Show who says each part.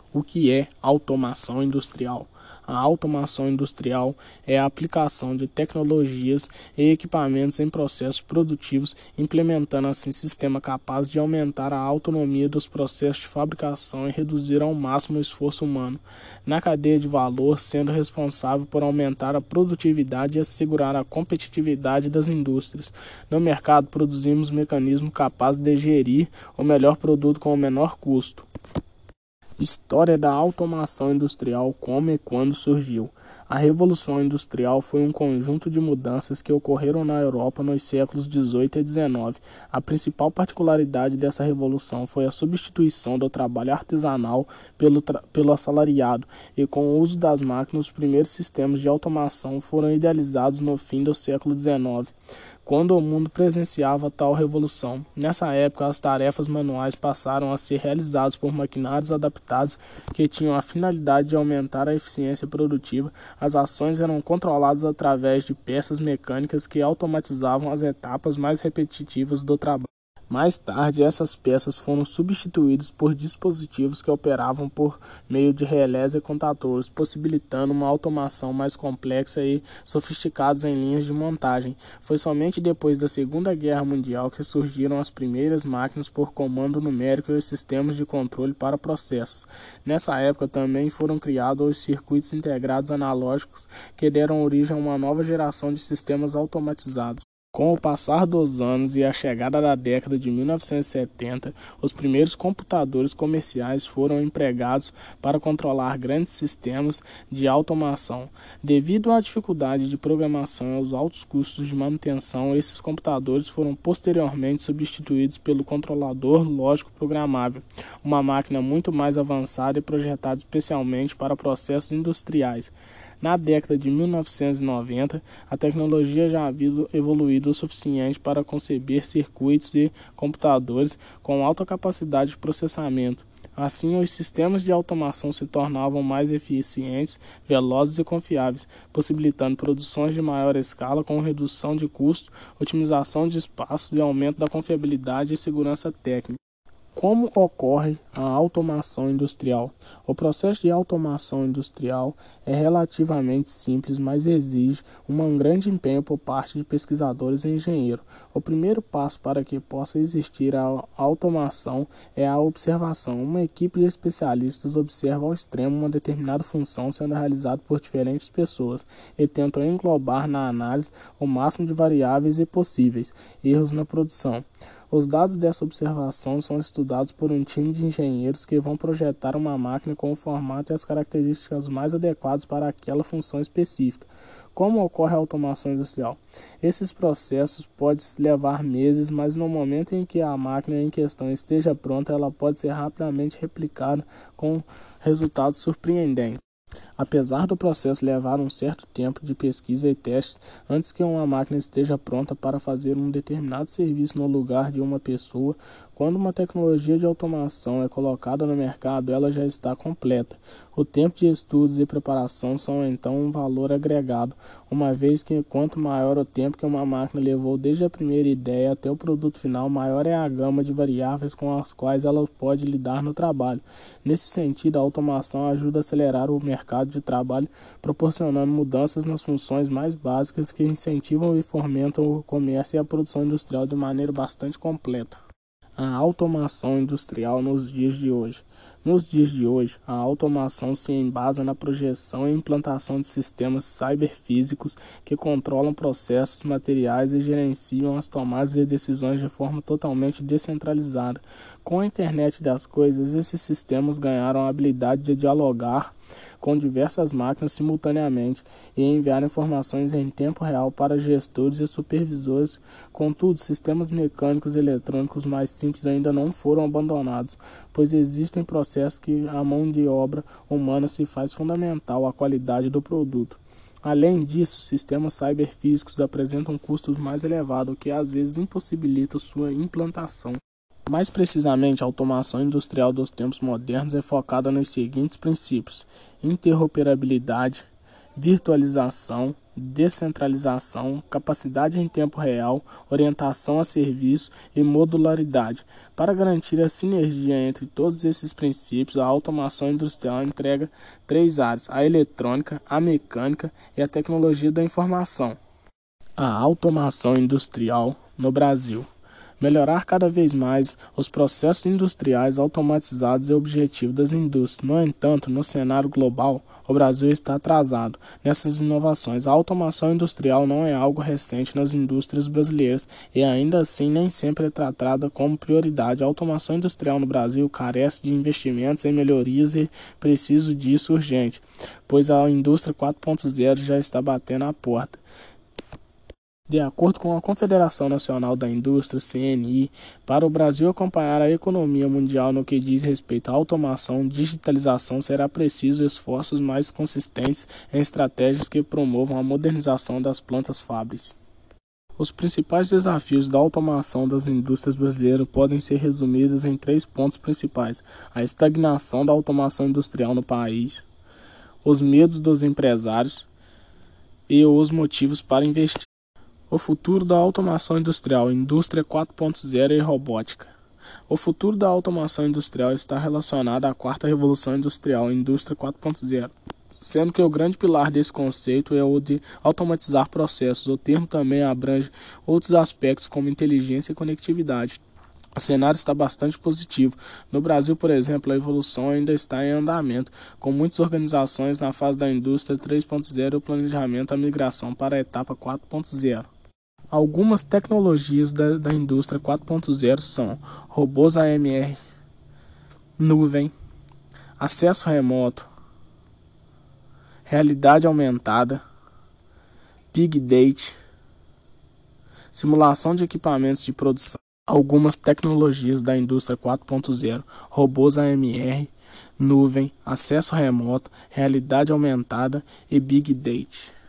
Speaker 1: O que é automação industrial? A automação industrial é a aplicação de tecnologias e equipamentos em processos produtivos, implementando assim sistema capaz de aumentar a autonomia dos processos de fabricação e reduzir ao máximo o esforço humano na cadeia de valor, sendo responsável por aumentar a produtividade e assegurar a competitividade das indústrias. No mercado, produzimos mecanismos capazes de gerir o melhor produto com o menor custo. História da automação industrial: como e quando surgiu. A Revolução Industrial foi um conjunto de mudanças que ocorreram na Europa nos séculos XVIII e XIX. A principal particularidade dessa revolução foi a substituição do trabalho artesanal pelo assalariado, e com o uso das máquinas, os primeiros sistemas de automação foram idealizados no fim do século XIX, quando o mundo presenciava tal revolução. Nessa época, as tarefas manuais passaram a ser realizadas por maquinários adaptados que tinham a finalidade de aumentar a eficiência produtiva. As ações eram controladas através de peças mecânicas que automatizavam as etapas mais repetitivas do trabalho. Mais tarde, essas peças foram substituídas por dispositivos que operavam por meio de relés e contadores, possibilitando uma automação mais complexa e sofisticada em linhas de montagem. Foi somente depois da Segunda Guerra Mundial que surgiram as primeiras máquinas por comando numérico e os sistemas de controle para processos. Nessa época também foram criados os circuitos integrados analógicos, que deram origem a uma nova geração de sistemas automatizados. Com o passar dos anos e a chegada da década de 1970, os primeiros computadores comerciais foram empregados para controlar grandes sistemas de automação. Devido à dificuldade de programação e aos altos custos de manutenção, esses computadores foram posteriormente substituídos pelo controlador lógico programável, uma máquina muito mais avançada e projetada especialmente para processos industriais. Na década de 1990, a tecnologia já havia evoluído o suficiente para conceber circuitos e computadores com alta capacidade de processamento. Assim, os sistemas de automação se tornavam mais eficientes, velozes e confiáveis, possibilitando produções de maior escala com redução de custos, otimização de espaço e aumento da confiabilidade e segurança técnica. Como ocorre a automação industrial? O processo de automação industrial é relativamente simples, mas exige um grande empenho por parte de pesquisadores e engenheiros. O primeiro passo para que possa existir a automação é a observação. Uma equipe de especialistas observa ao extremo uma determinada função sendo realizada por diferentes pessoas e tentam englobar na análise o máximo de variáveis e possíveis erros na produção. Os dados dessa observação são estudados por um time de engenheiros que vão projetar uma máquina com o formato e as características mais adequadas para aquela função específica. Como ocorre a automação industrial? Esses processos podem levar meses, mas no momento em que a máquina em questão esteja pronta, ela pode ser rapidamente replicada com resultados surpreendentes. Apesar do processo levar um certo tempo de pesquisa e testes antes que uma máquina esteja pronta para fazer um determinado serviço no lugar de uma pessoa, quando uma tecnologia de automação é colocada no mercado, ela já está completa. O tempo de estudos e preparação são então um valor agregado, uma vez que quanto maior o tempo que uma máquina levou desde a primeira ideia até o produto final, maior é a gama de variáveis com as quais ela pode lidar no trabalho. Nesse sentido, a automação ajuda a acelerar o mercado de trabalho, proporcionando mudanças nas funções mais básicas que incentivam e fomentam o comércio e a produção industrial de maneira bastante completa. A automação industrial nos dias de hoje. Nos dias de hoje, a automação se embasa na projeção e implantação de sistemas cyberfísicos que controlam processos materiais e gerenciam as tomadas de decisões de forma totalmente descentralizada. Com a internet das coisas, esses sistemas ganharam a habilidade de dialogar com diversas máquinas simultaneamente e enviar informações em tempo real para gestores e supervisores. Contudo, sistemas mecânicos e eletrônicos mais simples ainda não foram abandonados, pois existem processos que a mão de obra humana se faz fundamental à qualidade do produto. Além disso, sistemas cyberfísicos apresentam custos mais elevados, o que às vezes impossibilita sua implantação. Mais precisamente, a automação industrial dos tempos modernos é focada nos seguintes princípios: interoperabilidade, virtualização, descentralização, capacidade em tempo real, orientação a serviço e modularidade. Para garantir a sinergia entre todos esses princípios, a automação industrial entrega 3 áreas: a eletrônica, a mecânica e a tecnologia da informação. A automação industrial no Brasil. Melhorar cada vez mais os processos industriais automatizados é o objetivo das indústrias. No entanto, no cenário global, o Brasil está atrasado nessas inovações. A automação industrial não é algo recente nas indústrias brasileiras e ainda assim nem sempre é tratada como prioridade. A automação industrial no Brasil carece de investimentos em melhorias e precisa disso urgente, pois a indústria 4.0 já está batendo à porta. De acordo com a Confederação Nacional da Indústria, CNI, para o Brasil acompanhar a economia mundial no que diz respeito à automação e digitalização, será preciso esforços mais consistentes em estratégias que promovam a modernização das plantas fábricas. Os principais desafios da automação das indústrias brasileiras podem ser resumidos em 3 pontos principais: a estagnação da automação industrial no país, os medos dos empresários e os motivos para investir. O futuro da automação industrial, indústria 4.0 e robótica. O futuro da automação industrial está relacionado à quarta revolução industrial, indústria 4.0, sendo que o grande pilar desse conceito é o de automatizar processos. O termo também abrange outros aspectos como inteligência e conectividade. O cenário está bastante positivo. No Brasil, por exemplo, a evolução ainda está em andamento, com muitas organizações na fase da indústria 3.0 e o planejamento da migração para a etapa 4.0. Algumas tecnologias da indústria 4.0 são robôs AMR, nuvem, acesso remoto, realidade aumentada, Big Data, simulação de equipamentos de produção. Algumas tecnologias da indústria 4.0, robôs AMR, nuvem, acesso remoto, realidade aumentada e Big Data.